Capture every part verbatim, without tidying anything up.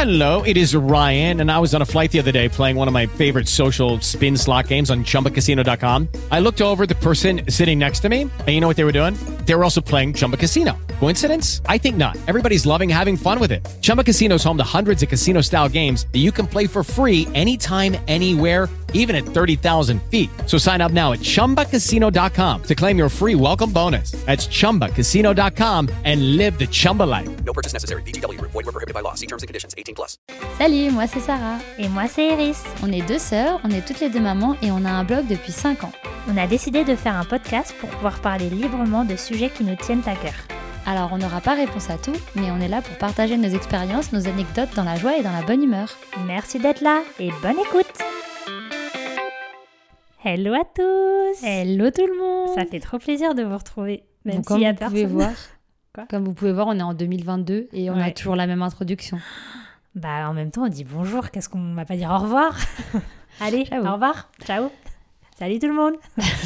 Hello, it is Ryan, and I was on a flight the other day playing one of my favorite social spin slot games on chumba casino dot com. I looked over at the person sitting next to me, and you know what they were doing? They were also playing Chumba Casino. Coincidence? I think not. Everybody's loving having fun with it. Chumba Casino is home to hundreds of casino-style games that you can play for free anytime, anywhere, even at thirty thousand feet. So sign up now at chumba casino dot com to claim your free welcome bonus. That's chumba casino dot com and live the Chumba life. No purchase necessary. V G W. Void where prohibited by law. See terms and conditions. eighteen plus. Salut, moi c'est Sarah. Et moi c'est Iris. On est deux sœurs, on est toutes les deux mamans et on a un blog depuis cinq ans. On a décidé de faire un podcast pour pouvoir parler librement de sujets qui nous tiennent à cœur. Alors on n'aura pas réponse à tout, mais on est là pour partager nos expériences, nos anecdotes dans la joie et dans la bonne humeur. Merci d'être là et bonne écoute. Hello à tous. Hello tout le monde. Ça fait trop plaisir de vous retrouver. Même Donc, s'il y a comme vous pouvez personne. voir, Quoi comme vous pouvez voir, on est en deux mille vingt-deux et on Ouais. a toujours la même introduction. Bah en même temps on dit bonjour, qu'est-ce qu'on va pas dire au revoir. Allez, Ciao. au revoir, ciao. Salut tout le monde.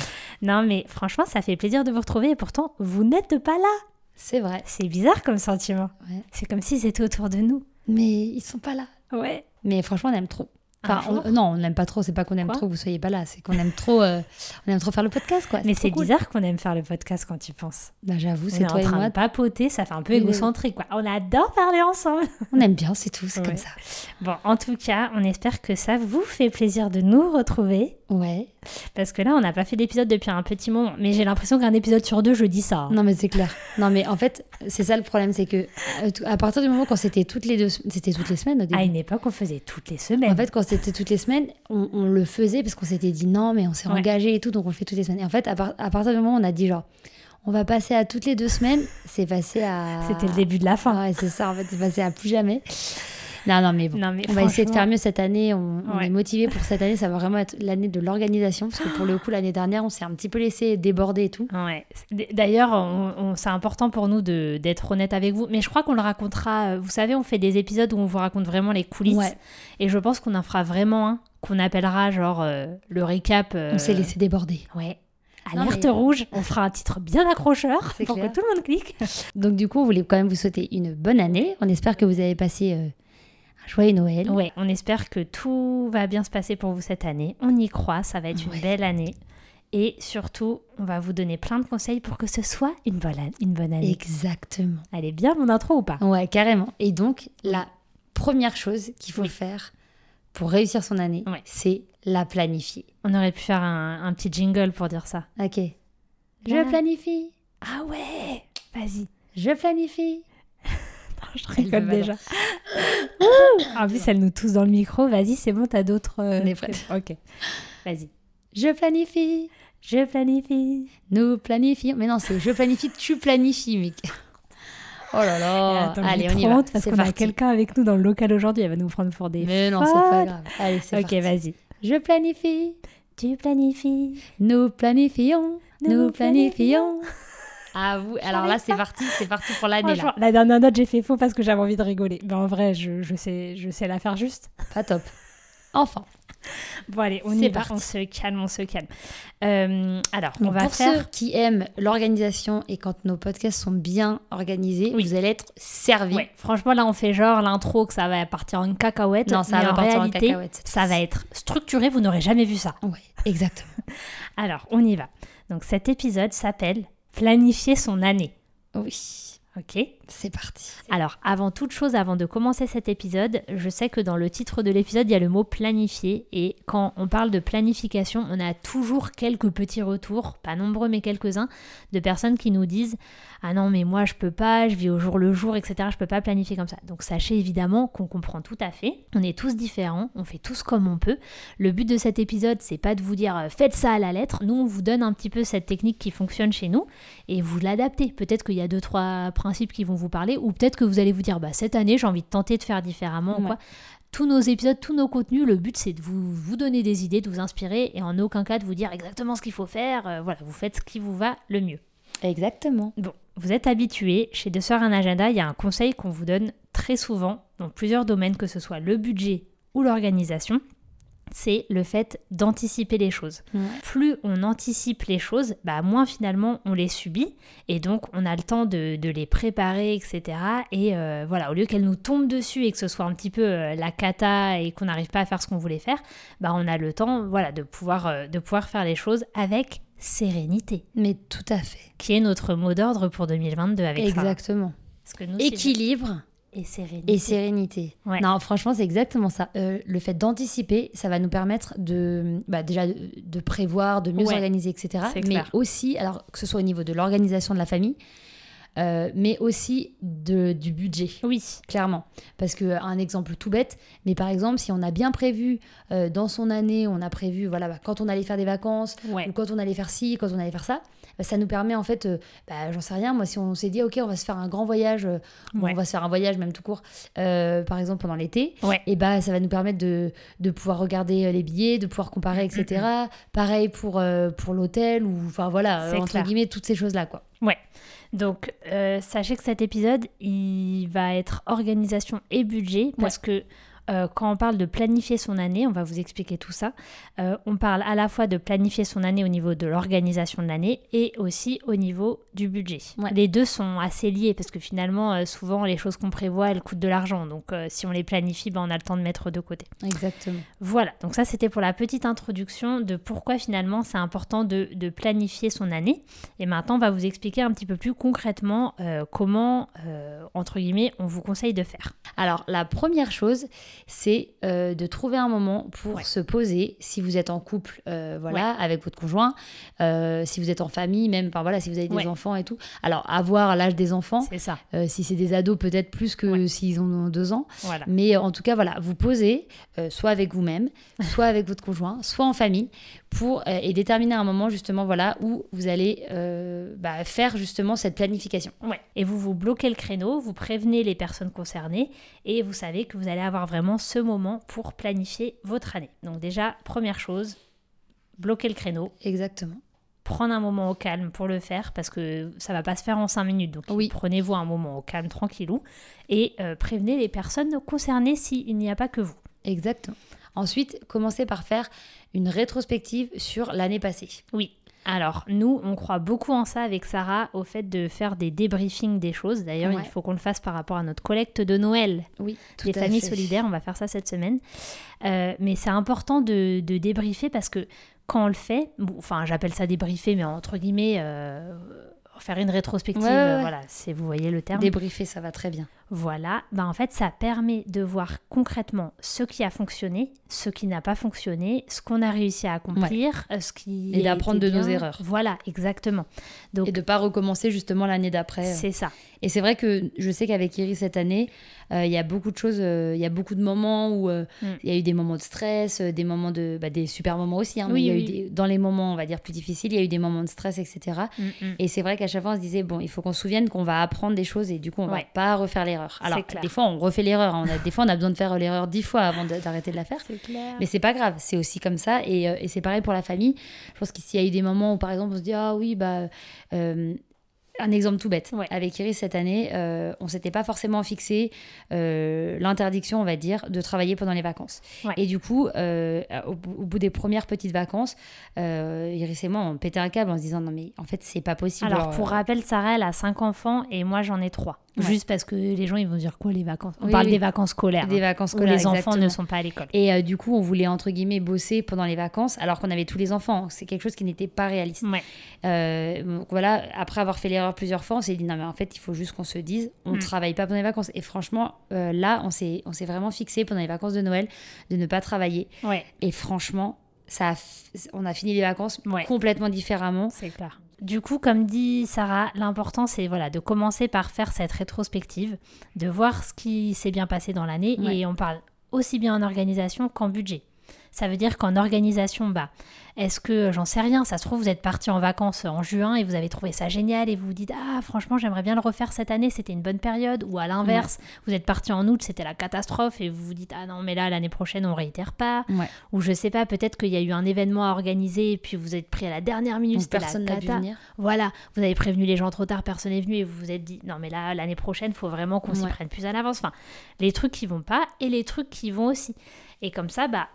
Non mais franchement ça fait plaisir de vous retrouver et pourtant vous n'êtes pas là. C'est vrai. C'est bizarre comme sentiment. Ouais. C'est comme s'ils étaient autour de nous. Mais ils sont pas là. Ouais. Mais franchement, on aime trop. Enfin, Un jour. on- non, on n'aime pas trop. C'est pas qu'on aime Quoi trop que vous soyez pas là. C'est qu'on aime trop. euh, on aime trop faire le podcast, quoi. Mais trop c'est cool. bizarre qu'on aime faire le podcast quand tu penses. Bah, j'avoue, On c'est est toi en et train moi. de papoter, ça fait un peu Oui, oui, oui. égocentrique, quoi. On adore parler ensemble. On aime bien, c'est tout. C'est Ouais. comme ça. Bon, en tout cas, on espère que ça vous fait plaisir de nous retrouver. Ouais. Parce que là, on n'a pas fait d'épisode depuis un petit moment. Mais j'ai l'impression qu'un épisode sur deux, je dis ça. hein. Non, mais c'est clair. Non, mais en fait, c'est ça le problème, c'est que euh, tout- à partir du moment quand c'était toutes les deux, c'était toutes les semaines au début. À une époque, on faisait toutes les semaines. En fait, quand c'était toutes les semaines, on, on le faisait parce qu'on s'était dit non, mais on s'est Ouais. engagé et tout, donc on le fait toutes les semaines. Et en fait, à, par- à partir du moment où on a dit genre, on va passer à toutes les deux semaines, c'est passé à. C'était le début de la fin. Ouais, c'est ça, en fait, c'est passé à plus jamais. Non, non, mais bon. Non, mais On va essayer de franchement- faire mieux cette année. On, on Ouais. est motivé pour cette année. Ça va vraiment être l'année de l'organisation. Parce que pour le coup, l'année dernière, on s'est un petit peu laissé déborder et tout. Ouais. D'ailleurs, on- on- c'est important pour nous de- d'être honnête avec vous. Mais je crois qu'on le racontera. euh, Vous savez, on fait des épisodes où on vous raconte vraiment les coulisses. Ouais. Et je pense qu'on en fera vraiment un qu'on appellera genre euh, le récap. euh, On s'est laissé déborder. Ouais. Non, Alerte mais- rouge. On fera un titre bien accrocheur C'est pour clair. que tout le monde clique. Donc, du coup, on voulait quand même vous souhaiter une bonne année. On espère que vous avez passé euh, un joyeux Noël. Ouais, on espère que tout va bien se passer pour vous cette année. On y croit, ça va être Ouais. une belle année. Et surtout, on va vous donner plein de conseils pour que ce soit une bonne, an- une bonne année. Exactement. Elle est bien mon intro ou pas? Ouais, carrément. Et donc, la première chose qu'il faut Oui. faire pour réussir son année, Ouais. c'est la planifier. On aurait pu faire un, un petit jingle pour dire ça. Ok. Je Là. planifie. Ah ouais, vas-y. Je planifie. Je Elle rigole veut déjà. En plus, elle nous tousse dans le micro. Vas-y, c'est bon, t'as d'autres... euh, On est prêtes. Ok, vas-y. Je planifie. Je planifie. Nous planifions. Mais non, c'est je planifie, tu planifies, mec. Oh là là. Attends, Allez, j'ai on y trop va. honte parce C'est qu'on a parti. quelqu'un avec nous dans le local aujourd'hui. Elle va nous prendre pour des Mais non, c'est pas folles. grave. Allez, c'est Ok, parti. vas-y. Je planifie. Tu planifies. Nous planifions. Nous, Nous planifions. À vous. Alors là, J'arrive c'est parti. C'est parti pour l'année Franchement, là. la dernière note, j'ai fait faux parce que j'avais envie de rigoler. Mais en vrai, je, je, sais, je sais la faire juste. Pas top. Enfin. Bon, allez, on C'est y va. parti. On se calme, on se calme. Euh, alors, on Donc, va pour faire... ceux qui aiment l'organisation et quand nos podcasts sont bien organisés, Oui. vous allez être servis. Ouais, franchement, là, on fait genre l'intro que ça va partir en cacahuète. Non, ça mais va en partir en réalité, cacahuète, cette ça fois-ci. va être structuré. Vous n'aurez jamais vu ça. Ouais, exactement. Alors, on y va. Donc, cet épisode s'appelle « Planifier son année Oui. ». Ok. C'est parti. Alors, avant toute chose, avant de commencer cet épisode, je sais que dans le titre de l'épisode, il y a le mot planifier. Et quand on parle de planification, on a toujours quelques petits retours, pas nombreux mais quelques-uns, de personnes qui nous disent « Ah non, mais moi, je peux pas, je vis au jour le jour, et cetera. Je peux pas planifier comme ça. » Donc, sachez évidemment qu'on comprend tout à fait. On est tous différents, on fait tous comme on peut. Le but de cet épisode, c'est pas de vous dire « Faites ça à la lettre ». Nous, on vous donne un petit peu cette technique qui fonctionne chez nous et vous l'adaptez. Peut-être qu'il y a deux, trois principes qui vont vous parler ou peut-être que vous allez vous dire bah, cette année j'ai envie de tenter de faire différemment ou Ouais. quoi. Tous nos épisodes, tous nos contenus, le but c'est de vous, vous donner des idées, de vous inspirer et en aucun cas de vous dire exactement ce qu'il faut faire. Euh, voilà, vous faites ce qui vous va le mieux. Exactement. Bon, vous êtes habitués, chez Deux Sœurs un agenda, il y a un conseil qu'on vous donne très souvent dans plusieurs domaines, que ce soit le budget ou l'organisation. c'est le fait d'anticiper les choses. Ouais. Plus on anticipe les choses, bah moins finalement on les subit et donc on a le temps de, de les préparer, et cetera. Et euh, voilà, au lieu qu'elles nous tombent dessus et que ce soit un petit peu euh, la cata et qu'on n'arrive pas à faire ce qu'on voulait faire, bah on a le temps voilà, de, pouvoir, euh, de pouvoir faire les choses avec sérénité. Mais tout à fait. Qui est notre mot d'ordre pour deux mille vingt-deux avec ça. Exactement. Parce que nous, Équilibre. Et sérénité. Et sérénité. Ouais. Non, franchement, c'est exactement ça. Euh, le fait d'anticiper, ça va nous permettre de, bah, déjà de, de prévoir, de mieux Ouais. s'organiser, et cetera. C'est Mais clair. aussi, alors que ce soit au niveau de l'organisation de la famille, euh, mais aussi de, du budget. Oui. Clairement. Parce qu'un exemple tout bête, mais par exemple, si on a bien prévu euh, dans son année, on a prévu, voilà, bah, quand on allait faire des vacances, Ouais. ou quand on allait faire ci, quand on allait faire ça, bah, ça nous permet en fait, euh, bah, j'en sais rien, moi, si on s'est dit, ok, on va se faire un grand voyage, euh, ou Ouais. on va se faire un voyage même tout court, euh, par exemple pendant l'été, Ouais. et bah, ça va nous permettre de, de pouvoir regarder euh, les billets, de pouvoir comparer, et cetera. Pareil pour, euh, pour l'hôtel, ou enfin voilà, euh, C'est entre clair. guillemets, toutes ces choses-là, quoi. Ouais. Donc, euh, sachez que cet épisode, il va être organisation et budget parce que euh, quand on parle de planifier son année, on va vous expliquer tout ça, euh, on parle à la fois de planifier son année au niveau de l'organisation de l'année et aussi au niveau du budget. Ouais. Les deux sont assez liés parce que finalement, euh, souvent, les choses qu'on prévoit, elles coûtent de l'argent. Donc, euh, si on les planifie, ben, on a le temps de mettre de côté. Exactement. Voilà, donc ça c'était pour la petite introduction de pourquoi finalement c'est important de, de planifier son année. Et maintenant on va vous expliquer un petit peu plus concrètement euh, comment, euh, entre guillemets, on vous conseille de faire. Alors, la première chose, c'est euh, de trouver un moment pour Ouais. se poser, si vous êtes en couple, euh, voilà, avec votre conjoint, euh, si vous êtes en famille, même, enfin voilà, si vous avez des Ouais. enfants et tout. Alors, à voir l'âge des enfants, C'est ça, euh, si c'est des ados, peut-être plus que Ouais. s'ils ont deux ans. voilà. Mais en tout cas, voilà, vous posez, euh, soit avec vous-même, soit avec votre conjoint, soit en famille, pour euh, et déterminer un moment justement, voilà, où vous allez euh, bah, faire justement cette planification. Ouais. Et vous vous bloquez le créneau, vous prévenez les personnes concernées et vous savez que vous allez avoir vraiment ce moment pour planifier votre année. Donc déjà, première chose, bloquer le créneau. Exactement. Prendre un moment au calme pour le faire parce que ça va pas se faire en cinq minutes. Donc Oui. prenez-vous un moment au calme, tranquillou, et euh, prévenez les personnes concernées s'il n'y a pas que vous. Exactement. Ensuite, commencez par faire une rétrospective sur l'année passée. Oui. Alors, nous, on croit beaucoup en ça avec Sarah, au fait de faire des débriefings des choses. D'ailleurs, Ouais. il faut qu'on le fasse par rapport à notre collecte de Noël Oui, tout des à familles fait. solidaires. On va faire ça cette semaine. Euh, mais c'est important de, de débriefer parce que quand on le fait, bon, enfin, j'appelle ça débriefer, mais entre guillemets, euh, faire une rétrospective, Ouais, ouais, ouais. euh, voilà, c'est, vous voyez le terme. Débriefer, ça va très bien. Voilà, ben en fait, ça permet de voir concrètement ce qui a fonctionné, ce qui n'a pas fonctionné, ce qu'on a réussi à accomplir, euh, ce qui Et d'apprendre était de nos bien. erreurs. Voilà, exactement. Donc, Et de ne pas recommencer justement l'année d'après. c'est ça. Et c'est vrai que je sais qu'avec Iris cette année, euh, il y a beaucoup de choses, euh, il y a beaucoup de moments où euh, Mm. il y a eu des moments de stress, euh, des moments de, bah, des super moments aussi. Hein, mais Oui, il y a oui. eu des, dans les moments, on va dire plus difficiles, il y a eu des moments de stress, et cetera. Mm, mm. Et c'est vrai qu'à chaque fois, on se disait bon, il faut qu'on se souvienne qu'on va apprendre des choses et du coup, on Ouais. va pas refaire l'erreur. Alors, clair. des fois, on refait l'erreur. hein. On a, des fois, on a besoin de faire l'erreur dix fois avant de- d'arrêter de la faire. C'est clair. Mais c'est pas grave, c'est aussi comme ça. Et, euh, et c'est pareil pour la famille. Je pense qu'il y a eu des moments où, par exemple, on se dit ah oui, bah. euh, un exemple tout bête. Ouais. Avec Iris cette année, euh, on s'était pas forcément fixé euh, l'interdiction, on va dire, de travailler pendant les vacances. Ouais. Et du coup, euh, au, bout- au bout des premières petites vacances, euh, Iris et moi, on pétait un câble en se disant non mais en fait c'est pas possible. Alors, genre, pour euh, rappel, Sarah, elle a cinq enfants et moi, j'en ai trois. Ouais. Juste parce que les gens, ils vont dire quoi, les vacances On Oui, parle oui. des vacances scolaires. des hein, vacances où scolaires, les enfants exactement. ne sont pas à l'école. Et euh, du coup, on voulait entre guillemets bosser pendant les vacances, alors qu'on avait tous les enfants. C'est quelque chose qui n'était pas réaliste. Ouais. Euh, donc voilà, après avoir fait l'erreur plusieurs fois, on s'est dit non mais en fait il faut juste qu'on se dise, on Mm. travaille pas pendant les vacances. Et franchement, euh, là on s'est on s'est vraiment fixé pendant les vacances de Noël de ne pas travailler. Ouais, Et franchement, ça a f- on a fini les vacances Ouais. complètement différemment. c'est clair. Du coup, comme dit Sarah, l'important c'est voilà, de commencer par faire cette rétrospective, de voir ce qui s'est bien passé dans l'année Ouais. et on parle aussi bien en organisation qu'en budget. Ça veut dire qu'en organisation, bah, est-ce que, j'en sais rien, ça se trouve, vous êtes parti en vacances en juin et vous avez trouvé ça génial et vous vous dites, ah, franchement, j'aimerais bien le refaire cette année, c'était une bonne période. Ou à l'inverse, vous êtes parti en août, c'était la catastrophe et vous vous dites, ah non, mais là, l'année prochaine, on réitère pas. Ouais. Ou je sais pas, peut-être qu'il y a eu un événement à organiser et puis vous êtes pris à la dernière minute, Donc c'était personne la n'a pu cata. venir. Voilà, vous avez prévenu les gens trop tard, personne n'est venu et vous vous êtes dit, non mais là, l'année prochaine, il faut vraiment qu'on s'y Ouais. prenne plus à l'avance. Enfin, les trucs qui vont pas et les trucs qui vont aussi. Et comme ça, bah, au moins,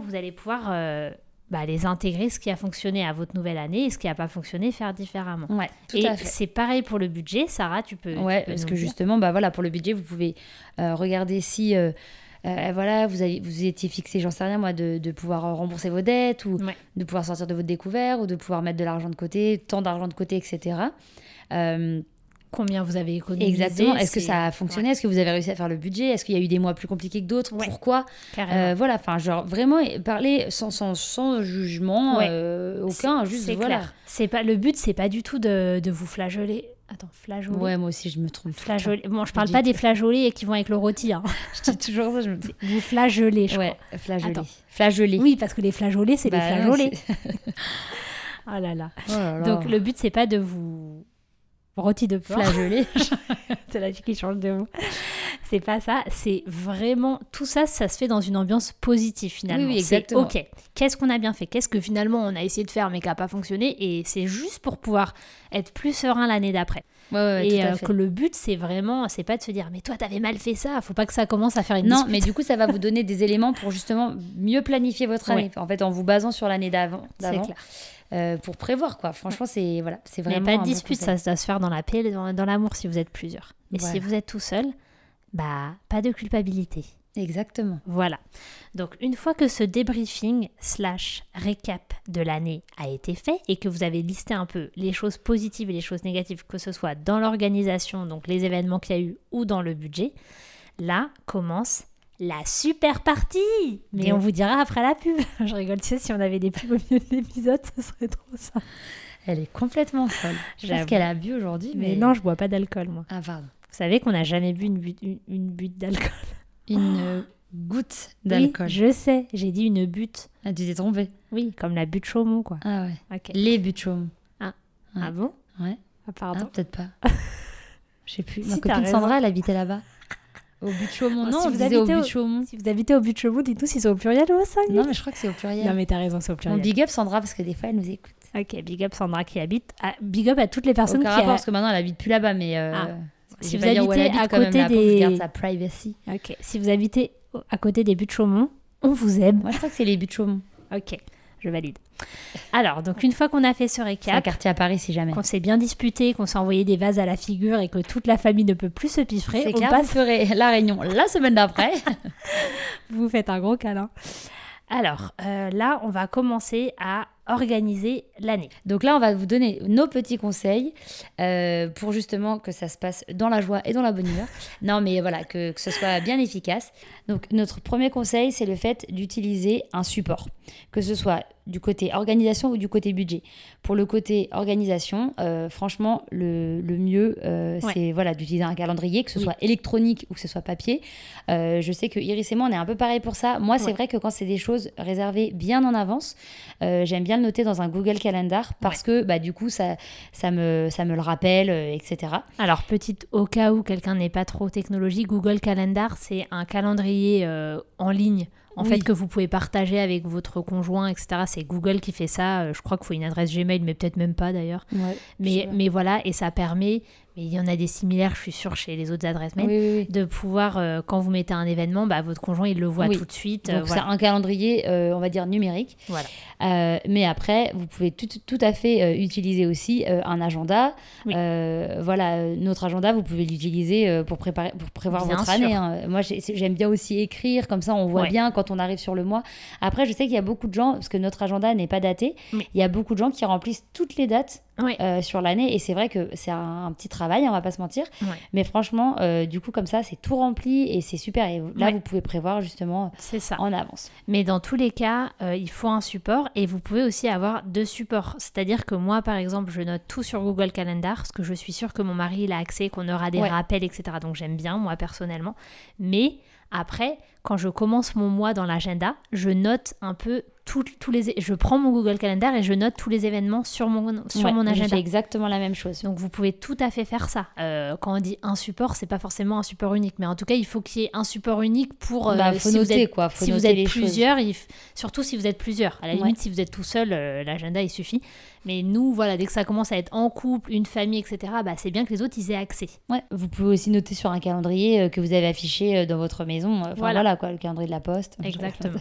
vous allez pouvoir euh, bah, les intégrer, ce qui a fonctionné à votre nouvelle année et ce qui n'a pas fonctionné, faire différemment. Ouais, tout et à fait. c'est pareil pour le budget. Sarah, tu peux. Ouais, tu peux parce nous que dire. justement, bah voilà, pour le budget, vous pouvez euh, regarder si euh, euh, voilà, vous, avez, vous étiez fixé, j'en sais rien moi, de, de pouvoir euh, rembourser vos dettes ou Ouais. de pouvoir sortir de votre découvert ou de pouvoir mettre de l'argent de côté, tant d'argent de côté, et cetera. Euh, Combien vous avez économisé. exactement. Est-ce que c'est- ça a fonctionné? Ouais, Est-ce que vous avez réussi à faire le budget? Est-ce qu'il y a eu des mois plus compliqués que d'autres? Ouais. Pourquoi? carrément. Euh, Voilà, enfin, genre vraiment parler sans, sans, sans jugement Ouais. euh, aucun, C'est- juste c'est voilà. clair. C'est pas, le but, c'est pas du tout de, de vous flageoler. Attends, flageoler. Ouais, moi aussi, je me trompe. tout le temps. Flageoler. Bon, je parle dis pas que- des flageolets qui vont avec le rôti. Hein. Je dis toujours ça, je me dis. Vous flageolez, je Ouais, flageoler. Attends. Flageoler. crois. Oui, parce que les flageolets, c'est Bah, les non, flageolets. c'est- Oh là là. Oh là là. Donc, le but, c'est pas de vous rôti de porc. Flageoler. C'est la fille qui change de mot. C'est pas ça. C'est vraiment... Tout ça, ça se fait dans une ambiance positive, finalement. Oui, oui, C'est, exactement. OK, qu'est-ce qu'on a bien fait? Qu'est-ce que, finalement, on a essayé de faire, mais qui n'a pas fonctionné? Et c'est juste pour pouvoir être plus serein l'année d'après. Ouais, ouais, ouais, et tout à euh, fait. que le but, c'est vraiment... C'est pas de se dire, mais toi, t'avais mal fait ça. Faut pas que ça commence à faire une Non, dispute. mais du coup, ça va vous donner des éléments pour justement mieux planifier votre année. En fait, en vous basant sur l'année d'avant, C'est d'avant clair. euh, pour prévoir, quoi. Franchement, c'est voilà, c'est Mais vraiment pas un de bon dispute, conseil. ça doit se faire dans la paix, et dans, dans l'amour si vous êtes plusieurs. Et Ouais. si vous êtes tout seul, bah, pas de culpabilité. Exactement. Voilà. Donc, une fois que ce débriefing slash récap de l'année a été fait et que vous avez listé un peu les choses positives et les choses négatives, que ce soit dans l'organisation, donc les événements qu'il y a eu, ou dans le budget, là commence la super partie. Mais Bien. on vous dira après la pub. Je rigole, tu sais, si on avait des pubs au milieu de l'épisode, ce serait trop ça. Elle est complètement folle. Je J'avoue. pense qu'elle a bu aujourd'hui, mais... Mais non, je bois pas d'alcool, moi. Ah, pardon. Vous savez qu'on n'a jamais bu une butte, une, une butte d'alcool. Une euh, goutte d'alcool. Oui, je sais, j'ai dit une butte. Ah, tu t'es trompée. Oui, comme la butte Chaumont, quoi. Ah ouais. Ok. Les buts de Chaumont. Ah Ouais. bon? Ouais. Ah, Ah, pardon. peut-être pas. Je sais plus. Si, Ma t'as copine raison. Sandra, elle habitait là-bas. Au but de Chaumont. Oh, Non, si on vous disait au habitez but au- de Chaumont. Si vous habitez au but Chaumont, dites-nous si c'est au pluriel ou au singulier. Non, mais je crois que c'est au pluriel. Non, mais t'as raison, c'est au Bon, pluriel. big up Sandra, parce que des fois, elle nous écoute. Ok, big up Sandra qui habite. Ah, big up à toutes les personnes Aucun qui rapport, a- parce que maintenant, elle habite plus là-bas, mais... Euh... Ah. je Si vais vous pas dire où elle habitez habite à quand même, côté la pauvre, des- je garde sa privacy. Ok, si vous habitez à côté des buts Chaumont, on vous aime. Moi, je crois que c'est les buts de Chaumont. Ok, je valide. Alors, donc une fois qu'on a fait ce C'est un récap, quartier à Paris, si jamais. qu'on s'est bien disputé, qu'on s'est envoyé des vases à la figure et que toute la famille ne peut plus se piffrer, C'est on clair, passe vous ferez la réunion la semaine d'après. vous faites un gros câlin. Alors, euh, là, on va commencer à organiser l'année. Donc là, on va vous donner nos petits conseils euh, pour justement que ça se passe dans la joie et dans la bonne humeur. Non, mais voilà, que, que ce soit bien efficace. Donc, notre premier conseil, c'est le fait d'utiliser un support, que ce soit du côté organisation ou du côté budget. Pour le côté organisation, euh, franchement, le, le mieux, euh, Ouais. c'est voilà, d'utiliser un calendrier, que ce Oui. soit électronique ou que ce soit papier. Euh, je sais que Iris et moi, on est un peu pareil pour ça. Moi, c'est Ouais. vrai que quand c'est des choses réservées bien en avance, euh, j'aime bien le noter dans un Google Calendar parce que bah, du coup, ça, ça, me, ça me le rappelle, euh, et cetera. Alors, petite, au cas où quelqu'un n'est pas trop technologie, Google Calendar, c'est un calendrier euh, en ligne, en Oui. fait, que vous pouvez partager avec votre conjoint, et cetera. C'est Google qui fait ça. Euh, Je crois qu'il faut une adresse Gmail, mais peut-être même pas d'ailleurs. Ouais, Mais, mais voilà, et ça permet, mais il y en a des similaires, je suis sûre, chez les autres adresses mail, oui, oui, oui. de pouvoir, euh, quand vous mettez un événement, bah, votre conjoint, il le voit Oui. tout de suite. euh, Donc, voilà. c'est un calendrier, euh, on va dire, numérique. Voilà. Euh, mais après, vous pouvez tout, tout à fait euh, utiliser aussi euh, un agenda. Oui. Euh, voilà, euh, notre agenda, vous pouvez l'utiliser euh, pour, préparer, pour prévoir Bien votre sûr. année. hein. Moi, j'ai- c'est- j'aime bien aussi écrire, comme ça, on voit Ouais. bien quand on arrive sur le mois. Après, je sais qu'il y a beaucoup de gens, parce que notre agenda n'est pas daté, Oui. il y a beaucoup de gens qui remplissent toutes les dates Ouais. euh, sur l'année. Et c'est vrai que c'est un, un petit travail, on va pas se mentir. Ouais. Mais franchement, euh, du coup, comme ça, c'est tout rempli et c'est super. Et là, Ouais. vous pouvez prévoir justement C'est ça. en avance. Mais dans tous les cas, euh, il faut un support et vous pouvez aussi avoir deux supports. C'est-à-dire que moi, par exemple, je note tout sur Google Calendar parce que je suis sûre que mon mari il a accès, qu'on aura des Ouais. rappels, et cetera. Donc j'aime bien, moi, personnellement. Mais après, quand je commence mon mois dans l'agenda, je note un peu tout- tous les... é- Je prends mon Google Calendar et je note tous les événements sur mon, sur Ouais, mon je agenda. fais exactement la même chose. Donc vous pouvez tout à fait faire ça. Euh, quand on dit un support, c'est pas forcément un support unique, mais en tout cas il faut qu'il y ait un support unique pour. euh, Bah, faut si noter, vous êtes, quoi. Faut si vous noter êtes les choses. plusieurs, il f- surtout si vous êtes plusieurs. À la Ouais. limite, si vous êtes tout seul, euh, l'agenda il suffit. Mais nous, voilà, dès que ça commence à être en couple, une famille, et cetera, bah, c'est bien que les autres ils aient accès. Ouais, vous pouvez aussi noter sur un calendrier euh, que vous avez affiché euh, dans votre maison. Enfin, Voilà. voilà, voilà quoi, le calendrier de la Poste. Exactement.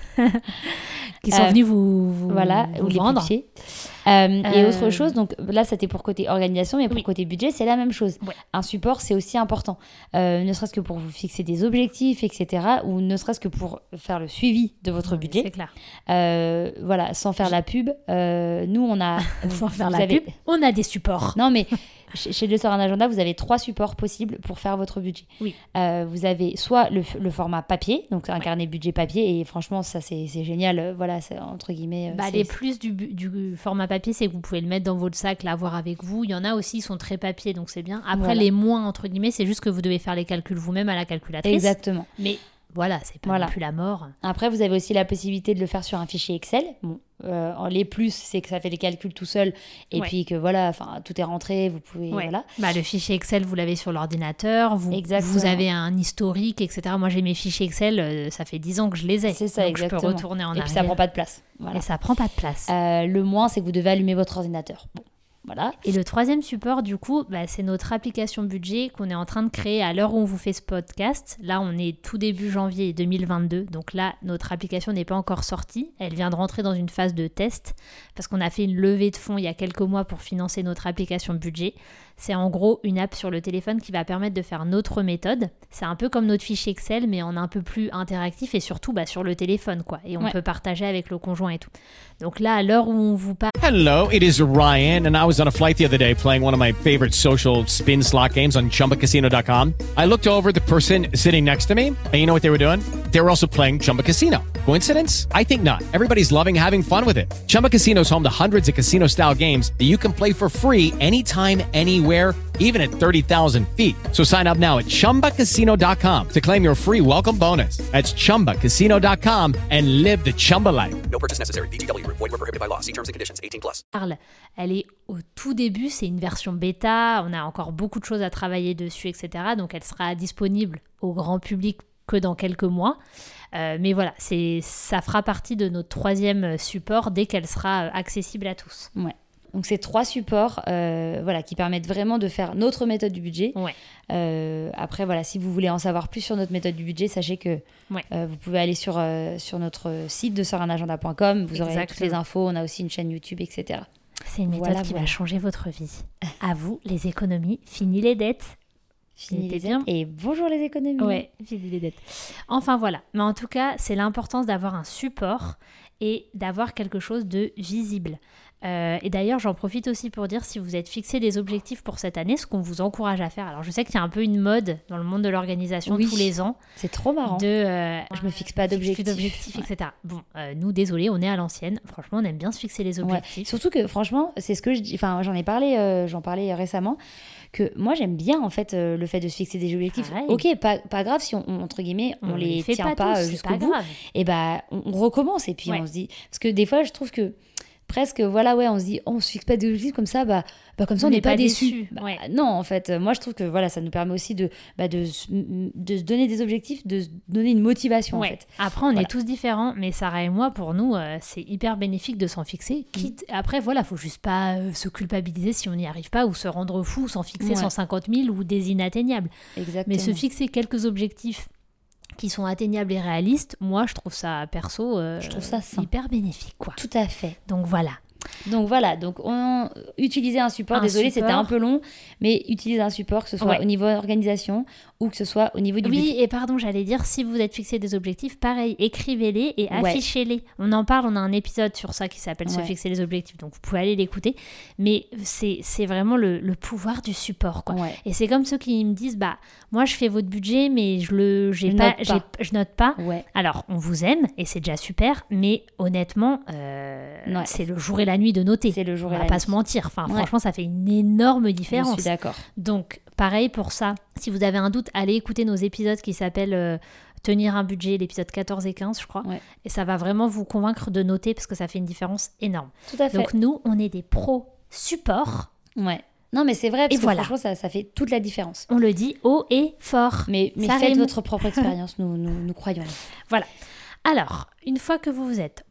Qui sont euh, venus vous, vous, voilà, vous ou vendre. Les euh, euh... Et autre chose, donc là c'était pour côté organisation, mais pour oui. côté budget, c'est la même chose. Ouais. Un support, c'est aussi important, euh, ne serait-ce que pour vous fixer des objectifs, et cetera, ou ne serait-ce que pour faire le suivi de votre oui, budget. C'est clair. Euh, voilà, sans faire la pub. Euh, nous, on a... sans faire la avez... pub, on a des supports. Non, mais... Chez Deux Sœurs un agenda, vous avez trois supports possibles pour faire votre budget. Oui. Euh, vous avez soit le, le format papier, donc un ouais. carnet budget papier, et franchement, ça c'est, c'est génial. Euh, voilà, c'est, entre guillemets. Bah, c'est, les plus du, du format papier, c'est que vous pouvez le mettre dans votre sac, l'avoir avec vous. Il y en a aussi, ils sont très papier, donc c'est bien. Après, voilà. Les moins, entre guillemets, c'est juste que vous devez faire les calculs vous-même à la calculatrice. Exactement. Mais voilà, c'est pas voilà. non plus la mort. Après, vous avez aussi la possibilité de le faire sur un fichier Excel. Bon. Euh, les plus, c'est que ça fait les calculs tout seul et ouais. puis que voilà, enfin tout est rentré, vous pouvez ouais. voilà. Bah, le fichier Excel, vous l'avez sur l'ordinateur, vous, vous avez un historique, et cetera. Moi, j'ai mes fichiers Excel, euh, ça fait dix ans que je les ai. C'est ça, donc exactement. Je peux retourner en et arrière. Et puis ça prend pas de place. Voilà. Et ça prend pas de place. Euh, le moins, c'est que vous devez allumer votre ordinateur. Bon. Voilà. Et le troisième support, du coup, bah, c'est notre application budget qu'on est en train de créer à l'heure où on vous fait ce podcast. Là, on est tout début janvier deux mille vingt-deux. Donc là, notre application n'est pas encore sortie. Elle vient de rentrer dans une phase de test parce qu'on a fait une levée de fonds il y a quelques mois pour financer notre application budget. C'est en gros une app sur le téléphone qui va permettre de faire notre méthode. C'est un peu comme notre fichier Excel, mais en un peu plus interactif et surtout bah, sur le téléphone, quoi. Et on ouais. peut partager avec le conjoint et tout. Donc là, à l'heure où on vous parle... Hello, it is Ryan, and I was on a flight the other day playing one of my favorite social spin slot games on Chumba Casino dot com. I looked over at the person sitting next to me, and you know what they were doing? They were also playing Chumba Casino. Coincidence? I think not. Everybody's loving having fun with it. Chumba Casino is home to hundreds of casino-style games that you can play for free anytime, anywhere, even at thirty thousand feet. So sign up now at Chumba Casino dot com to claim your free welcome bonus. That's Chumba Casino dot com and live the Chumba life. No purchase necessary. V G W. Void where prohibited by law. See terms and conditions. eighteen plus. Elle est au tout début, c'est une version bêta. On a encore beaucoup de choses à travailler dessus, et cetera. Donc elle sera disponible au grand public que dans quelques mois. Euh, mais voilà, c'est, ça fera partie de notre troisième support dès qu'elle sera accessible à tous. Ouais. Donc c'est trois supports euh, voilà, qui permettent vraiment de faire notre méthode du budget. Ouais. Euh, après, voilà, si vous voulez en savoir plus sur notre méthode du budget, sachez que ouais. euh, vous pouvez aller sur, euh, sur notre site deux sœurs un agenda point com. Vous aurez toutes les infos. On a aussi une chaîne YouTube, et cetera. C'est une méthode voilà, qui voilà. va changer votre vie. À vous, les économies. Fini les dettes. Fini les dettes. Et bonjour les économies. Ouais, fini les dettes. Enfin voilà. Mais en tout cas, c'est l'importance d'avoir un support et d'avoir quelque chose de visible. Euh, et d'ailleurs, j'en profite aussi pour dire, si vous êtes fixé des objectifs pour cette année, ce qu'on vous encourage à faire. Alors, je sais qu'il y a un peu une mode dans le monde de l'organisation oui, tous les ans. C'est trop marrant. De, euh, je me fixe pas d'objectifs. Fixe d'objectifs, ouais. et cetera. Bon, euh, nous, désolé, on est à l'ancienne. Franchement, on aime bien se fixer les objectifs. Ouais. Surtout que, franchement, c'est ce que je dis. Enfin, j'en ai parlé, euh, j'en parlais récemment. Que moi, j'aime bien, en fait, euh, le fait de se fixer des objectifs. Pareil. Ok, pas, pas grave si on, on, entre guillemets, on, on les, les tient pas, pas jusqu'au bout. Et bah, on, on recommence. Et puis, ouais. on se dit. Parce que des fois, je trouve que. Presque, voilà, ouais, on se dit, oh, on se fixe pas d'objectifs comme ça, bah, bah comme ça, on n'est pas, pas déçu. déçu. Bah, ouais. Non, en fait, moi, je trouve que voilà, ça nous permet aussi de, bah, de, de se donner des objectifs, de se donner une motivation, ouais. en fait. Après, on voilà. est tous différents, mais Sarah et moi, pour nous, euh, c'est hyper bénéfique de s'en fixer. Quitte... Mmh. Après, voilà, faut juste pas euh, se culpabiliser si on n'y arrive pas, ou se rendre fou, s'en fixer ouais. cent cinquante mille ou des inatteignables. Exactement. Mais se fixer quelques objectifs qui sont atteignables et réalistes, moi, je trouve ça, perso, euh, je trouve ça sain. Hyper bénéfique, quoi. Tout à fait. Donc, voilà. Donc voilà, donc on utilisez un support, un désolé support. C'était un peu long, mais utilisez un support, que ce soit ouais. au niveau organisation ou que ce soit au niveau du oui, budget. Oui, et pardon, j'allais dire, si vous êtes fixé des objectifs, pareil, écrivez-les et ouais. affichez-les. On en parle, on a un épisode sur ça qui s'appelle ouais. Se fixer les objectifs, donc vous pouvez aller l'écouter, mais c'est, c'est vraiment le, le pouvoir du support, quoi. Ouais. Et c'est comme ceux qui me disent, bah, moi je fais votre budget, mais je le, j'ai je, pas, note j'ai, pas. je note pas. Ouais. Alors, on vous aime, et c'est déjà super, mais honnêtement, euh, ouais. c'est le jour et la nuit de noter. C'est le jour on et va la pas nuit. se mentir, enfin, ouais. franchement, ça fait une énorme différence. Je suis d'accord. Donc, pareil pour ça, si vous avez un doute, allez écouter nos épisodes qui s'appellent euh, Tenir un budget, l'épisode quatorze et quinze, je crois. Ouais. Et ça va vraiment vous convaincre de noter parce que ça fait une différence énorme. Tout à fait. Donc, nous, on est des pros support. Ouais. Non, mais c'est vrai, parce et que voilà. franchement, ça, ça fait toute la différence. On le dit haut et fort. Mais, mais faites rime. Votre propre expérience, nous, nous, nous croyons. Voilà. Alors, une fois que vous vous êtes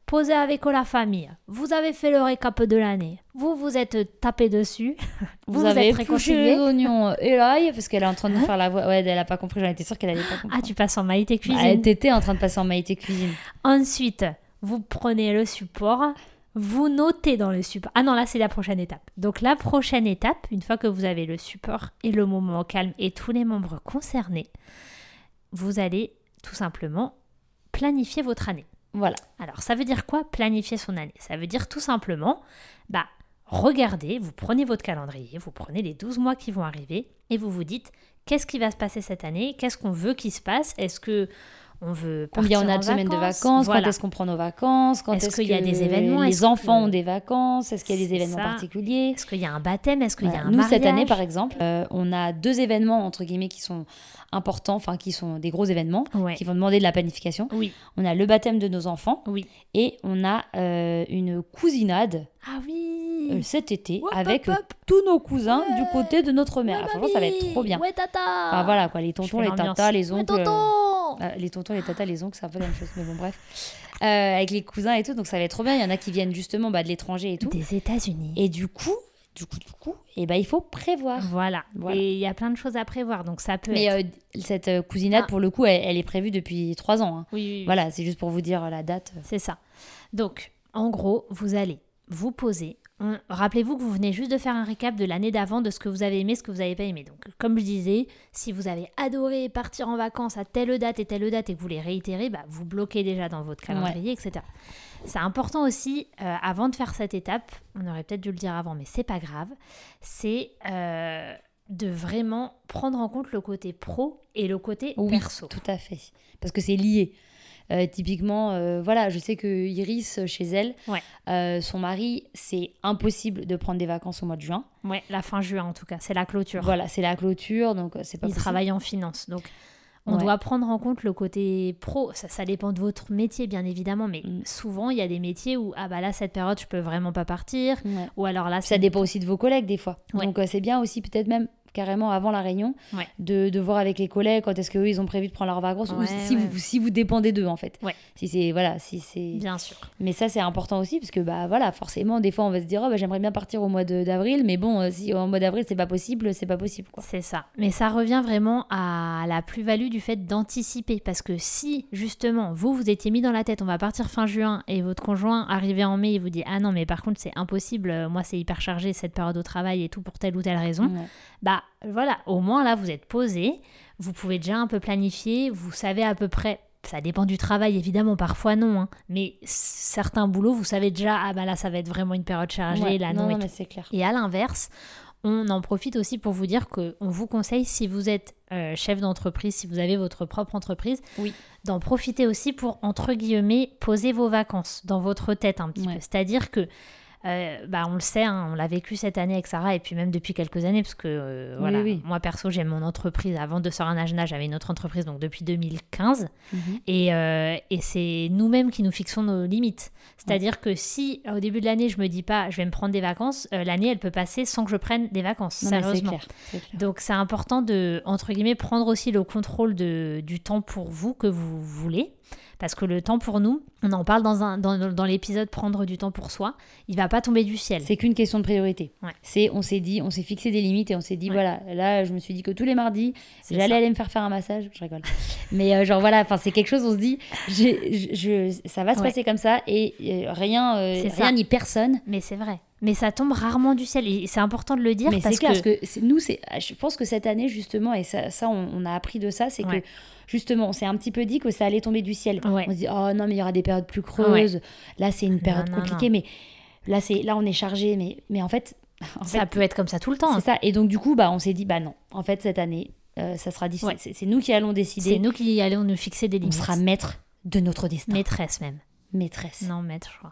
posez avec la famille, vous avez fait le récap de l'année, vous vous êtes tapé dessus, vous, Vous, vous avez êtes épluché réconciliés. les oignons et l'ail parce qu'elle est en train de faire la voix. Ouais, elle a pas compris, j'en étais sûre qu'elle allait pas comprendre. Ah, tu passes en Maïté Bah, Cuisine. elle était en train de passer en Maïté Cuisine. Ensuite, vous prenez le support, vous notez dans le support. Ah non, là, c'est la prochaine étape. Donc, la prochaine étape, une fois que vous avez le support et le moment calme et tous les membres concernés, vous allez tout simplement planifier votre année. Voilà. Alors, ça veut dire quoi, planifier son année? Ça veut dire tout simplement, bah, regardez, vous prenez votre calendrier, vous prenez les douze mois qui vont arriver et vous vous dites, qu'est-ce qui va se passer cette année? Qu'est-ce qu'on veut qu'il se passe? Est-ce que on veut partir Combien on a en de semaines de vacances? vacances? Voilà. Quand est-ce qu'on prend nos vacances? Quand Est-ce est-ce qu'il y a que des événements? Est-ce Les enfants que- ont des vacances? Est-ce qu'il y a des C'est événements ça. particuliers? Est-ce qu'il y a un baptême? Est-ce qu'il y a Voilà. un Nous, mariage? cette année, par exemple, euh, on a deux événements, entre guillemets, qui sont importants, enfin, qui sont des gros événements, Ouais. qui vont demander de la planification. Oui, On a le baptême de nos enfants oui. et on a euh, une cousinade Ah oui. euh, cet été Hop, avec hop, euh, hop. tous nos cousins Ouais. du côté de notre mère. Ouais, Ah, franchement, ça va être mamie. trop bien. Ouais, tata. Enfin, voilà, quoi, les Je tontons, fais les l'ambiance. tatas, les Ouais, oncles. tonton. euh, les tontons, les tatas, les oncles, c'est un peu la même chose, mais bon, bref. Euh, avec les cousins et tout, donc ça va être trop bien. Il y en a qui viennent justement bah, de l'étranger et tout. Des États-Unis. Et du coup, du coup, du coup, et ben il faut prévoir. Voilà. Voilà. Et il y a plein de choses à prévoir, donc ça peut Mais être... euh, cette euh, cousinade, Ah. pour le coup, elle, elle est prévue depuis trois ans. hein. Oui, oui, oui. Voilà, c'est juste pour vous dire euh, la date. C'est ça. Donc, en gros, vous allez vous poser. On- Rappelez-vous que vous venez juste de faire un récap de l'année d'avant, de ce que vous avez aimé, ce que vous n'avez pas aimé. Donc, comme je disais, si vous avez adoré partir en vacances à telle date et telle date et que vous les réitérez, bah, vous bloquez déjà dans votre calendrier, et cetera. C'est important aussi, euh, avant de faire cette étape, on aurait peut-être dû le dire avant, mais c'est pas grave, c'est euh, de vraiment prendre en compte le côté pro et le côté Oui, perso. tout à fait. Parce que c'est lié. Euh, typiquement, euh, voilà, je sais que Iris, chez elle, Ouais. euh, son mari, c'est impossible de prendre des vacances au mois de juin. Ouais, la fin juin en tout cas, c'est la clôture. Voilà, c'est la clôture, donc euh, c'est pas Il possible. travaille en finance. Donc, on Ouais. doit prendre en compte le côté pro. Ça, ça dépend de votre métier, bien évidemment. Mais Mm. souvent, il y a des métiers où, ah bah là, cette période, je peux vraiment pas partir. Ouais. Ou alors là, Ça c'est... dépend aussi de vos collègues, des fois. Ouais. Donc, euh, c'est bien aussi, peut-être même carrément avant la réunion, Ouais. de, de voir avec les collègues quand est-ce qu'eux, ils ont prévu de prendre leurs vacances, ou Ouais, si, ouais. vous, si vous dépendez d'eux, en fait. Ouais. Si c'est, voilà, si c'est... Bien sûr. Mais ça, c'est important aussi, parce que, bah, voilà, forcément, des fois, on va se dire, oh, bah, j'aimerais bien partir au mois de- d'avril, mais bon, euh, si au mois d'avril, c'est pas possible, c'est pas possible, quoi. C'est ça. Mais ça revient vraiment à la plus-value du fait d'anticiper. Parce que si, justement, vous, vous étiez mis dans la tête, on va partir fin juin, et votre conjoint, arrivé en mai, il vous dit, ah non, mais par contre, c'est impossible, euh, moi, c'est hyper chargé cette période au travail et tout pour telle ou telle raison. Ouais. Bah voilà, au moins là, vous êtes posé, vous pouvez déjà un peu planifier, vous savez à peu près, ça dépend du travail évidemment, parfois non, hein, mais certains boulots, vous savez déjà, ah bah là, ça va être vraiment une période chargée, Ouais. là non, non, et non, tout. mais c'est clair. Et à l'inverse, on en profite aussi pour vous dire qu'on vous conseille, si vous êtes euh, chef d'entreprise, si vous avez votre propre entreprise, Oui. d'en profiter aussi pour, entre guillemets, poser vos vacances dans votre tête un petit Ouais. peu. C'est-à-dire que, euh, bah, on le sait, hein, on l'a vécu cette année avec Sarah, et puis même depuis quelques années, parce que euh, Oui, voilà, oui. moi perso, j'ai mon entreprise. Avant de sortir un agenda, j'avais une autre entreprise, donc depuis deux mille quinze. Mhm. Et, euh, et c'est nous-mêmes qui nous fixons nos limites. C'est-à-dire que si, au début de l'année, je me dis pas, je vais me prendre des vacances, euh, l'année, elle peut passer sans que je prenne des vacances, Non, mais c'est sérieusement. clair, c'est clair. Donc c'est important de, entre guillemets, prendre aussi le contrôle de, du temps pour vous que vous voulez. Parce que le temps pour nous, on en parle dans, un, dans, dans l'épisode prendre du temps pour soi, il va pas tomber du ciel. C'est qu'une question de priorité. Ouais. C'est, on s'est dit, on s'est fixé des limites et on s'est dit, Ouais. voilà, là, je me suis dit que tous les mardis, C'est j'allais ça. aller me faire faire un massage. Je rigole. Mais euh, genre, voilà, enfin, c'est quelque chose, on se dit, j'ai- je, je- ça va se Ouais. passer comme ça et euh, rien, euh, C'est ça. rien ni personne. Mais c'est vrai. Mais ça tombe rarement du ciel. Et c'est important de le dire Mais parce c'est clair, que... parce que c'est- nous, c'est, je pense que cette année, justement, et ça, ça on, on a appris de ça, c'est Ouais. que, justement, on s'est un petit peu dit que ça allait tomber du ciel. Ouais. On se dit, oh non, mais il y aura des périodes plus creuses. Là, c'est une période non, compliquée, non. mais là, c'est, là, on est chargé. Mais, mais en fait, en ça fait, peut être comme ça tout le temps. c'est ça. Et donc, du coup, bah, on s'est dit, bah non, en fait, cette année, euh, ça sera difficile. Ouais. C'est, c'est nous qui allons C'est décider. nous qui allons nous fixer des On limites. sera maître de notre destin. Maîtresse même. Maîtresse. Non, maître, je crois.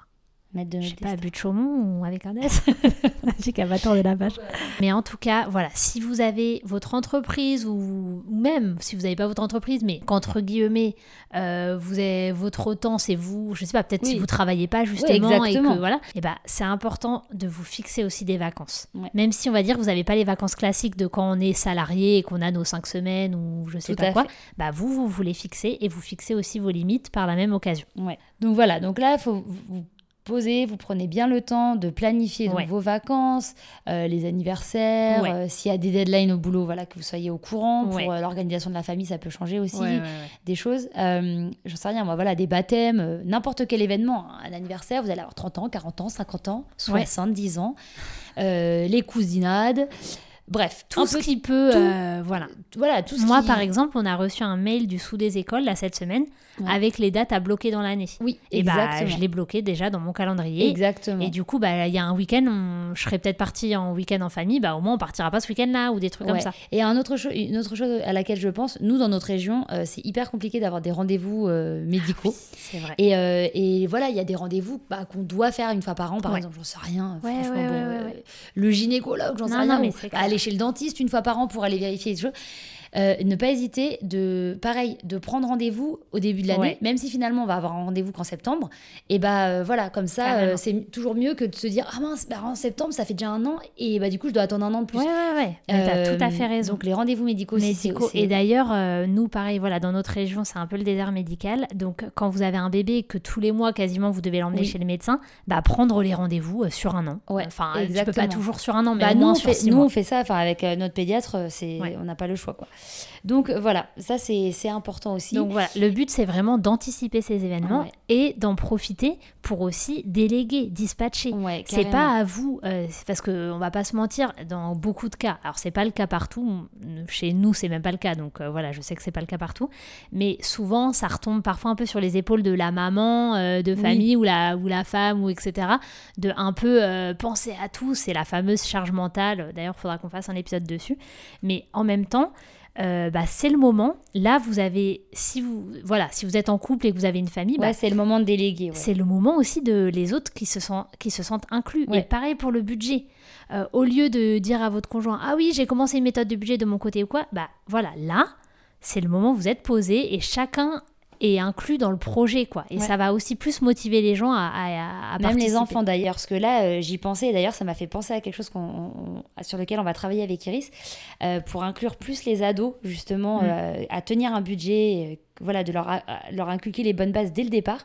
Mettre de je notre sais pas, destin. but de Chaumont ou avec un S. J'ai qu'à m'attendre de la vache. Mais en tout cas, voilà, si vous avez votre entreprise ou, ou même si vous n'avez pas votre entreprise, mais qu'entre guillemets, euh, vous avez votre autant, c'est vous, je sais pas, peut-être Oui. si vous travaillez pas justement et exactement. que voilà, et ben c'est important de vous fixer aussi des vacances. Ouais. Même si on va dire que vous n'avez pas les vacances classiques de quand on est salarié et qu'on a nos cinq semaines ou je sais Tout pas à quoi, fait. bah vous, vous vous les fixez et vous fixez aussi vos limites par la même occasion. Ouais. Donc voilà, donc là, il faut vous, vous poser, vous prenez bien le temps de planifier donc, Ouais. vos vacances, euh, les anniversaires, Ouais. euh, s'il y a des deadlines au boulot, voilà, que vous soyez au courant. Ouais. Pour euh, l'organisation de la famille, ça peut changer aussi. Ouais, ouais, ouais. Des choses. Euh, j'en sais rien, moi, voilà, des baptêmes, euh, n'importe quel événement. Un anniversaire, vous allez avoir trente ans, quarante ans, cinquante ans, soixante-dix ans. Euh, les cousinades. Bref, Tout un ce peu- qui peut, tout. euh, voilà. Voilà, tout ce Moi, qui... par exemple, on a reçu un mail du sous des écoles là cette semaine Ouais. avec les dates à bloquer dans l'année. Oui, Et bah, exactement. je l'ai bloqué déjà dans mon calendrier. Exactement. Et du coup, bah, il y a un week-end, on- je serais peut-être partie en week-end en famille. Bah, au moins, on partira pas ce week-end-là ou des trucs Ouais. comme ça. Et un autre cho- une autre chose à laquelle je pense, nous, dans notre région, euh, c'est hyper compliqué d'avoir des rendez-vous euh, médicaux. C'est vrai. Et, euh, et voilà, il y a des rendez-vous bah, qu'on doit faire une fois par an, par Ouais. exemple, j'en sais rien. Ouais, franchement, ouais, bon, ouais, euh, ouais, ouais. le gynécologue, j'en sais Non, rien. non, mais ou c'est clair. aller chez le dentiste une fois par an pour aller vérifier des choses. Euh, ne pas hésiter de, pareil, de prendre rendez-vous au début de l'année, Ouais. même si finalement on va avoir un rendez-vous qu'en septembre. Et bah euh, voilà, comme ça, Carrément. euh, c'est toujours mieux que de se dire ah mince, bah, en septembre ça fait déjà un an et bah du coup je dois attendre un an de plus. Ouais, ouais, ouais. Mais t'as Euh, tout à fait raison. Donc les rendez-vous médicaux, aussi, c'est- médicaux. c'est- Et d'ailleurs, euh, nous, pareil, voilà, dans notre région, c'est un peu le désert médical. Donc, quand vous avez un bébé et que tous les mois, quasiment, vous devez l'emmener Oui. chez le médecin, bah, prendre les rendez-vous euh, sur un an. Ouais, Enfin, euh, tu peux exactement. pas toujours sur un an, mais Bah, au nous, moins on sur fait, six nous mois. on fait ça, enfin avec euh, notre pédiatre, euh, c'est, Ouais. on n'a pas le choix quoi. Donc euh, voilà, ça c'est, c'est important aussi. Donc voilà, le but c'est vraiment d'anticiper ces événements Ouais. et d'en profiter pour aussi déléguer, dispatcher. Ouais, C'est carrément. pas à vous, euh, c'est parce que on va pas se mentir, dans beaucoup de cas, alors c'est pas le cas partout, chez nous c'est même pas le cas, donc euh, voilà, je sais que c'est pas le cas partout, mais souvent ça retombe parfois un peu sur les épaules de la maman euh, de Oui. famille ou la ou la femme ou et cetera. De un peu euh, penser à tout, c'est la fameuse charge mentale. D'ailleurs, il faudra qu'on fasse un épisode dessus, mais en même temps. Euh, bah, c'est le moment. Là, vous avez, si vous, voilà, si vous êtes en couple et que vous avez une famille, Ouais, bah, c'est le moment de déléguer. Ouais. c'est le moment aussi de les autres qui se sentent, qui se sentent inclus. Ouais. Et pareil pour le budget. Euh, au lieu de dire à votre conjoint, ah oui, j'ai commencé une méthode de budget de mon côté ou quoi, bah voilà, là, c'est le moment où vous êtes posé et chacun est inclus dans le projet, quoi. Et Ouais. ça va aussi plus motiver les gens à, à, à Même les participer. enfants d'ailleurs, parce que là euh, j'y pensais et d'ailleurs ça m'a fait penser à quelque chose qu'on, on- sur lequel on va travailler avec Iris euh, pour inclure plus les ados justement Mm. euh, à tenir un budget, euh, voilà, de leur, à- leur inculquer les bonnes bases dès le départ.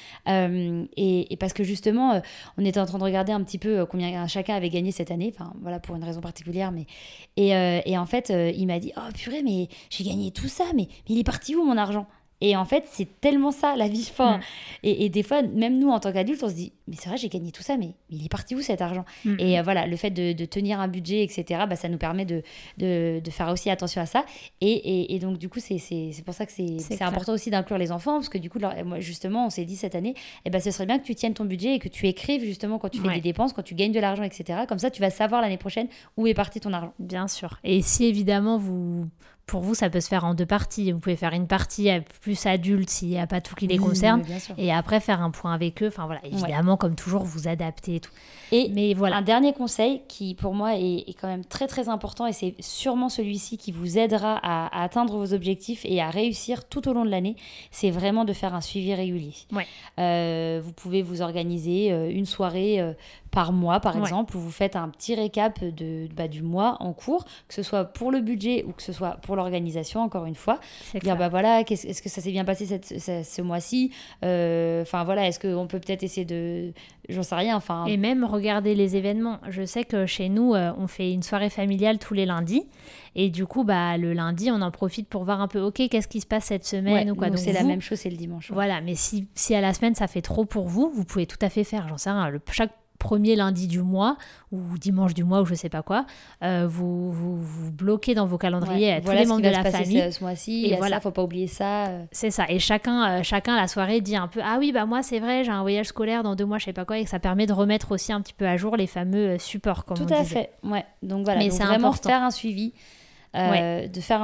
Euh, et, et parce que justement, euh, on était en train de regarder un petit peu euh, combien chacun avait gagné cette année, enfin voilà, pour une raison particulière, mais et, euh, et en fait, euh, il m'a dit, oh purée, mais j'ai gagné tout ça, mais, mais il est parti où mon argent? Et en fait, c'est tellement ça la vie. Enfin, Mm. et, et des fois, même nous en tant qu'adultes, on se dit, mais c'est vrai, j'ai gagné tout ça, mais, mais il est parti où cet argent? Mm. Et euh, voilà, le fait de, de tenir un budget, et cetera, bah, ça nous permet de, de, de faire aussi attention à ça. Et, et, et donc, du coup, c'est, c'est, c'est pour ça que c'est, C'est c'est clair. important aussi d'inclure les enfants, parce que du coup, leur- moi, justement, on s'est dit cette année, eh ben, ce serait bien que tu tiennes ton budget et que tu écrives justement quand tu fais Ouais. des dépenses, quand tu gagnes de l'argent, et cetera. Comme ça, tu vas savoir l'année prochaine où est parti ton argent. Bien sûr. Et si évidemment, vous, pour vous, ça peut se faire en deux parties. Vous pouvez faire une partie euh, plus adulte s'il n'y a pas tout qui les Oui, concerne. oui, bien sûr. Et après, faire un point avec eux. Enfin voilà, évidemment, comme toujours, vous adapter et tout. Et Mais voilà. un dernier conseil qui, pour moi, est, est quand même très, très important, et c'est sûrement celui-ci qui vous aidera à, à atteindre vos objectifs et à réussir tout au long de l'année, c'est vraiment de faire un suivi régulier. Ouais. Euh, vous pouvez vous organiser euh, une soirée euh, par mois, par Ouais. exemple, où vous faites un petit récap de, bah, du mois en cours, que ce soit pour le budget ou que ce soit pour l'organisation, encore une fois. C'est Dire, clair. bah voilà, qu'est-ce- est-ce que ça s'est bien passé cette, ce, ce mois-ci? Euh, Enfin, voilà, est-ce qu'on peut peut-être essayer de... J'en sais rien, enfin... Et même regarder les événements. Je sais que chez nous, euh, on fait une soirée familiale tous les lundis. Et du coup, bah, le lundi, on en profite pour voir un peu, ok, qu'est-ce qui se passe cette semaine Ouais, ou quoi. nous, Donc c'est la vous, même chose, c'est le dimanche. ouais. Voilà, mais si, si à la semaine, ça fait trop pour vous, vous pouvez tout à fait faire, j'en sais rien, le, chaque premier lundi du mois ou dimanche du mois ou je sais pas quoi, euh, vous, vous, vous bloquez dans vos calendriers Ouais, à tous voilà les ce membres qui de va la se passer famille. ce, ce mois-ci, Et il y a voilà. ça, faut pas oublier ça. euh. C'est ça. Et chacun, euh, chacun la soirée dit un peu, ah oui, bah moi c'est vrai, j'ai un voyage scolaire dans deux mois, je sais pas quoi, et que ça permet de remettre aussi un petit peu à jour les fameux euh, supports, comme Tout on à disait. fait, ouais. Donc voilà, Mais donc c'est vraiment important. faire un suivi, euh, de faire un suivi.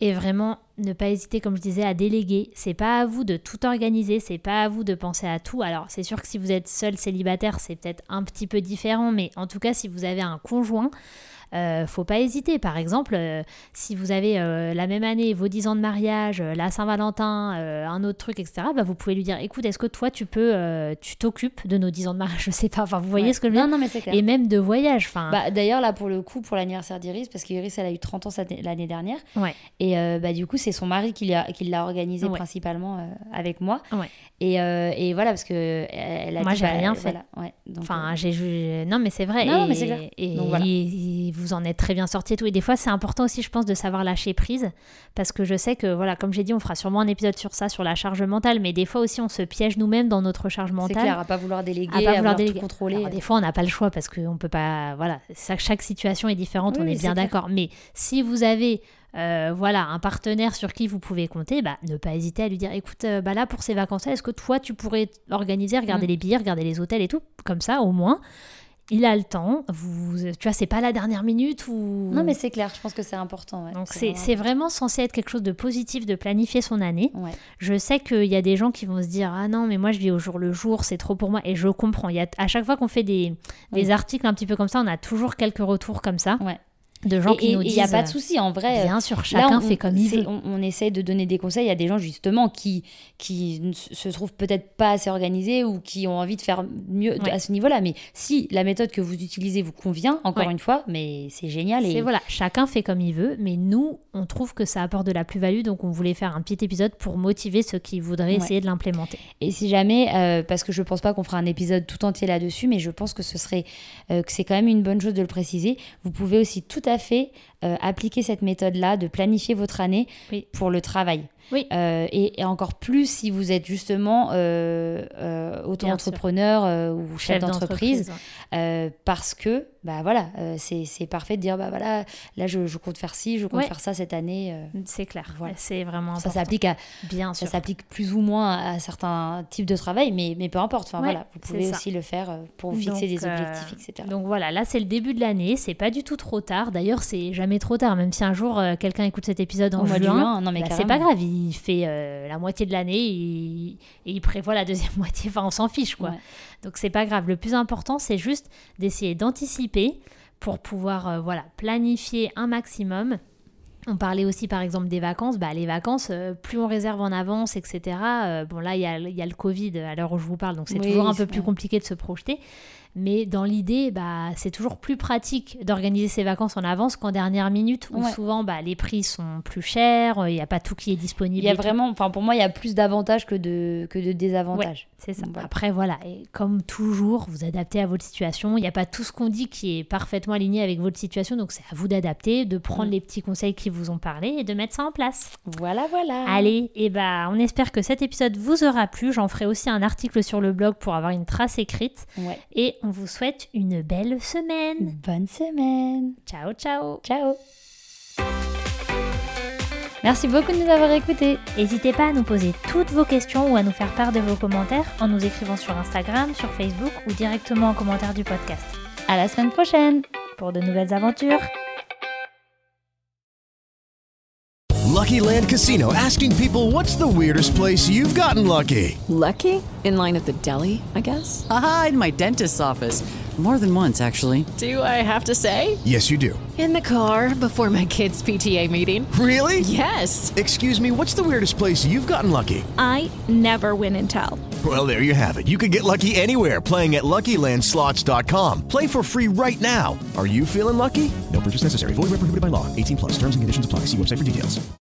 Et vraiment, ne pas hésiter, comme je disais, à déléguer. C'est pas à vous de tout organiser, c'est pas à vous de penser à tout. Alors, c'est sûr que si vous êtes seul célibataire, c'est peut-être un petit peu différent, mais en tout cas, si vous avez un conjoint, Euh, faut pas hésiter. Par exemple, euh, si vous avez euh, la même année vos dix ans de mariage, euh, la Saint-Valentin, euh, un autre truc, et cetera, bah, vous pouvez lui dire, écoute, est-ce que toi, tu peux, euh, tu t'occupes de nos dix ans de mariage? Je sais pas, enfin, vous voyez Ouais. ce que je veux dire? Non, non, mais c'est clair. Et même de voyage. Enfin, Bah, d'ailleurs, là, pour le coup, pour l'anniversaire d'Iris, parce qu'Iris, elle a eu trente ans cette- l'année dernière, ouais. et euh, bah, du coup, c'est son mari qui l'a, qui l'a organisé Ouais. principalement euh, avec moi. Ouais. Et, euh, et voilà, parce que elle a Moi, dit, j'ai bah, rien fait. voilà, ouais, donc, Enfin, euh, j'ai ju- non mais c'est vrai. Non, et, mais c'est clair. Et, Donc, voilà. et- et vous en êtes très bien sortis et tout. Et des fois, c'est important aussi, je pense, de savoir lâcher prise, parce que je sais que voilà, comme j'ai dit, on fera sûrement un épisode sur ça, sur la charge mentale. Mais des fois aussi, on se piège nous-mêmes dans notre charge c'est mentale. clair, à pas vouloir déléguer, à pas à vouloir vouloir déléguer. tout contrôler. Alors, des fois, on n'a pas le choix parce qu'on peut pas. Voilà, ça, chaque situation est différente, Oui, on oui, est bien c'est clair. d'accord. Mais si vous avez euh, voilà, un partenaire sur qui vous pouvez compter, bah, ne pas hésiter à lui dire, écoute, euh, bah là pour ces vacances-là, est-ce que toi tu pourrais organiser, regarder Mm. les billets, regarder les hôtels et tout, comme ça au moins. Il a le temps, vous, tu vois, c'est pas la dernière minute ou. Non, mais c'est clair, je pense que c'est important. Ouais. Donc C'est c'est, vraiment c'est vraiment censé être quelque chose de positif de planifier son année. Ouais. Je sais qu'il y a des gens qui vont se dire ah non mais moi je vis au jour le jour, c'est trop pour moi, et je comprends. Il y a, à chaque fois qu'on fait des, des Oui. articles un petit peu comme ça, on a toujours quelques retours comme ça Ouais. de gens Et qui nous il disent. n'y a pas de souci, en vrai. Bien sûr, Là, chacun on- fait comme il c'est- veut. On, on essaie de donner des conseils à des gens justement qui, qui ne se se trouvent peut-être pas assez organisés ou qui ont envie de faire mieux Ouais. à ce niveau-là. Mais si la méthode que vous utilisez vous convient, encore Ouais. une fois, mais c'est génial. Et C'est voilà, chacun fait comme il veut, mais nous, on trouve que ça apporte de la plus-value, donc on voulait faire un petit épisode pour motiver ceux qui voudraient Ouais. essayer de l'implémenter. Et si jamais, euh, parce que je pense pas qu'on fera un épisode tout entier là-dessus, mais je pense que ce serait euh, que c'est quand même une bonne chose de le préciser. Vous pouvez aussi tout à fait euh, appliquer cette méthode-là de planifier votre année Oui. pour le travail. Oui. Euh, et, et encore plus si vous êtes justement euh, euh, auto-entrepreneur euh, ou chef, d'entreprise, euh, parce que bah voilà, euh, c'est, c'est parfait de dire bah voilà, là je, je compte faire ci, je compte Ouais. faire ça cette année. euh, C'est clair, Voilà. c'est vraiment ça important. s'applique à Bien ça sûr. s'applique plus ou moins à certains types de travail, mais, mais peu importe. Enfin, Ouais, voilà, vous pouvez c'est ça. aussi le faire euh, pour vous fixer Donc, des euh, objectifs, et cetera. Donc voilà, là c'est le début de l'année, c'est pas du tout trop tard. D'ailleurs, c'est jamais trop tard, même si un jour euh, quelqu'un écoute cet épisode en Au mois de juin, juin, non, mais bah, c'est carrément. pas grave, il fait euh, la moitié de l'année et, et il prévoit la deuxième moitié, enfin on s'en fiche quoi. Ouais. Donc c'est pas grave, le plus important c'est juste d'essayer d'anticiper pour pouvoir euh, voilà, planifier un maximum. On parlait aussi par exemple des vacances. Bah, les vacances, euh, plus on réserve en avance, et cetera. Euh, bon là, il y a, il y a le Covid à l'heure où je vous parle, donc c'est Oui, toujours un c'est peu plus vrai. compliqué de se projeter. Mais dans l'idée, bah, c'est toujours plus pratique d'organiser ses vacances en avance qu'en dernière minute, où Ouais. souvent bah, les prix sont plus chers, il n'y a pas tout qui est disponible. Il y a et tout. vraiment, enfin pour moi, il y a plus d'avantages que de, que de désavantages. C'est ça. Voilà. Après, voilà, et comme toujours, vous adaptez à votre situation. Il n'y a pas tout ce qu'on dit qui est parfaitement aligné avec votre situation, donc c'est à vous d'adapter, de prendre Mm. les petits conseils qui vous ont parlé et de mettre ça en place. Voilà, voilà. Allez, et bah, on espère que cet épisode vous aura plu. J'en ferai aussi un article sur le blog pour avoir une trace écrite. Ouais. Et on vous souhaite une belle semaine. Bonne semaine. Ciao, ciao. Ciao. Merci beaucoup de nous avoir écoutés. N'hésitez pas à nous poser toutes vos questions ou à nous faire part de vos commentaires en nous écrivant sur Instagram, sur Facebook ou directement en commentaire du podcast. À la semaine prochaine. Pour de nouvelles aventures. Lucky Land Casino, asking people, what's the weirdest place you've gotten lucky? Lucky? In line at the deli, I guess? Aha, in my dentist's office. More than once, actually. Do I have to say? Yes, you do. In the car before my kids' P T A meeting. Really? Yes. Excuse me, what's the weirdest place you've gotten lucky? I never win and tell. Well, there you have it. You can get lucky anywhere, playing at Lucky Land Slots dot com. Play for free right now. Are you feeling lucky? No purchase necessary. Void where prohibited by law. eighteen plus. Terms and conditions apply. See website for details.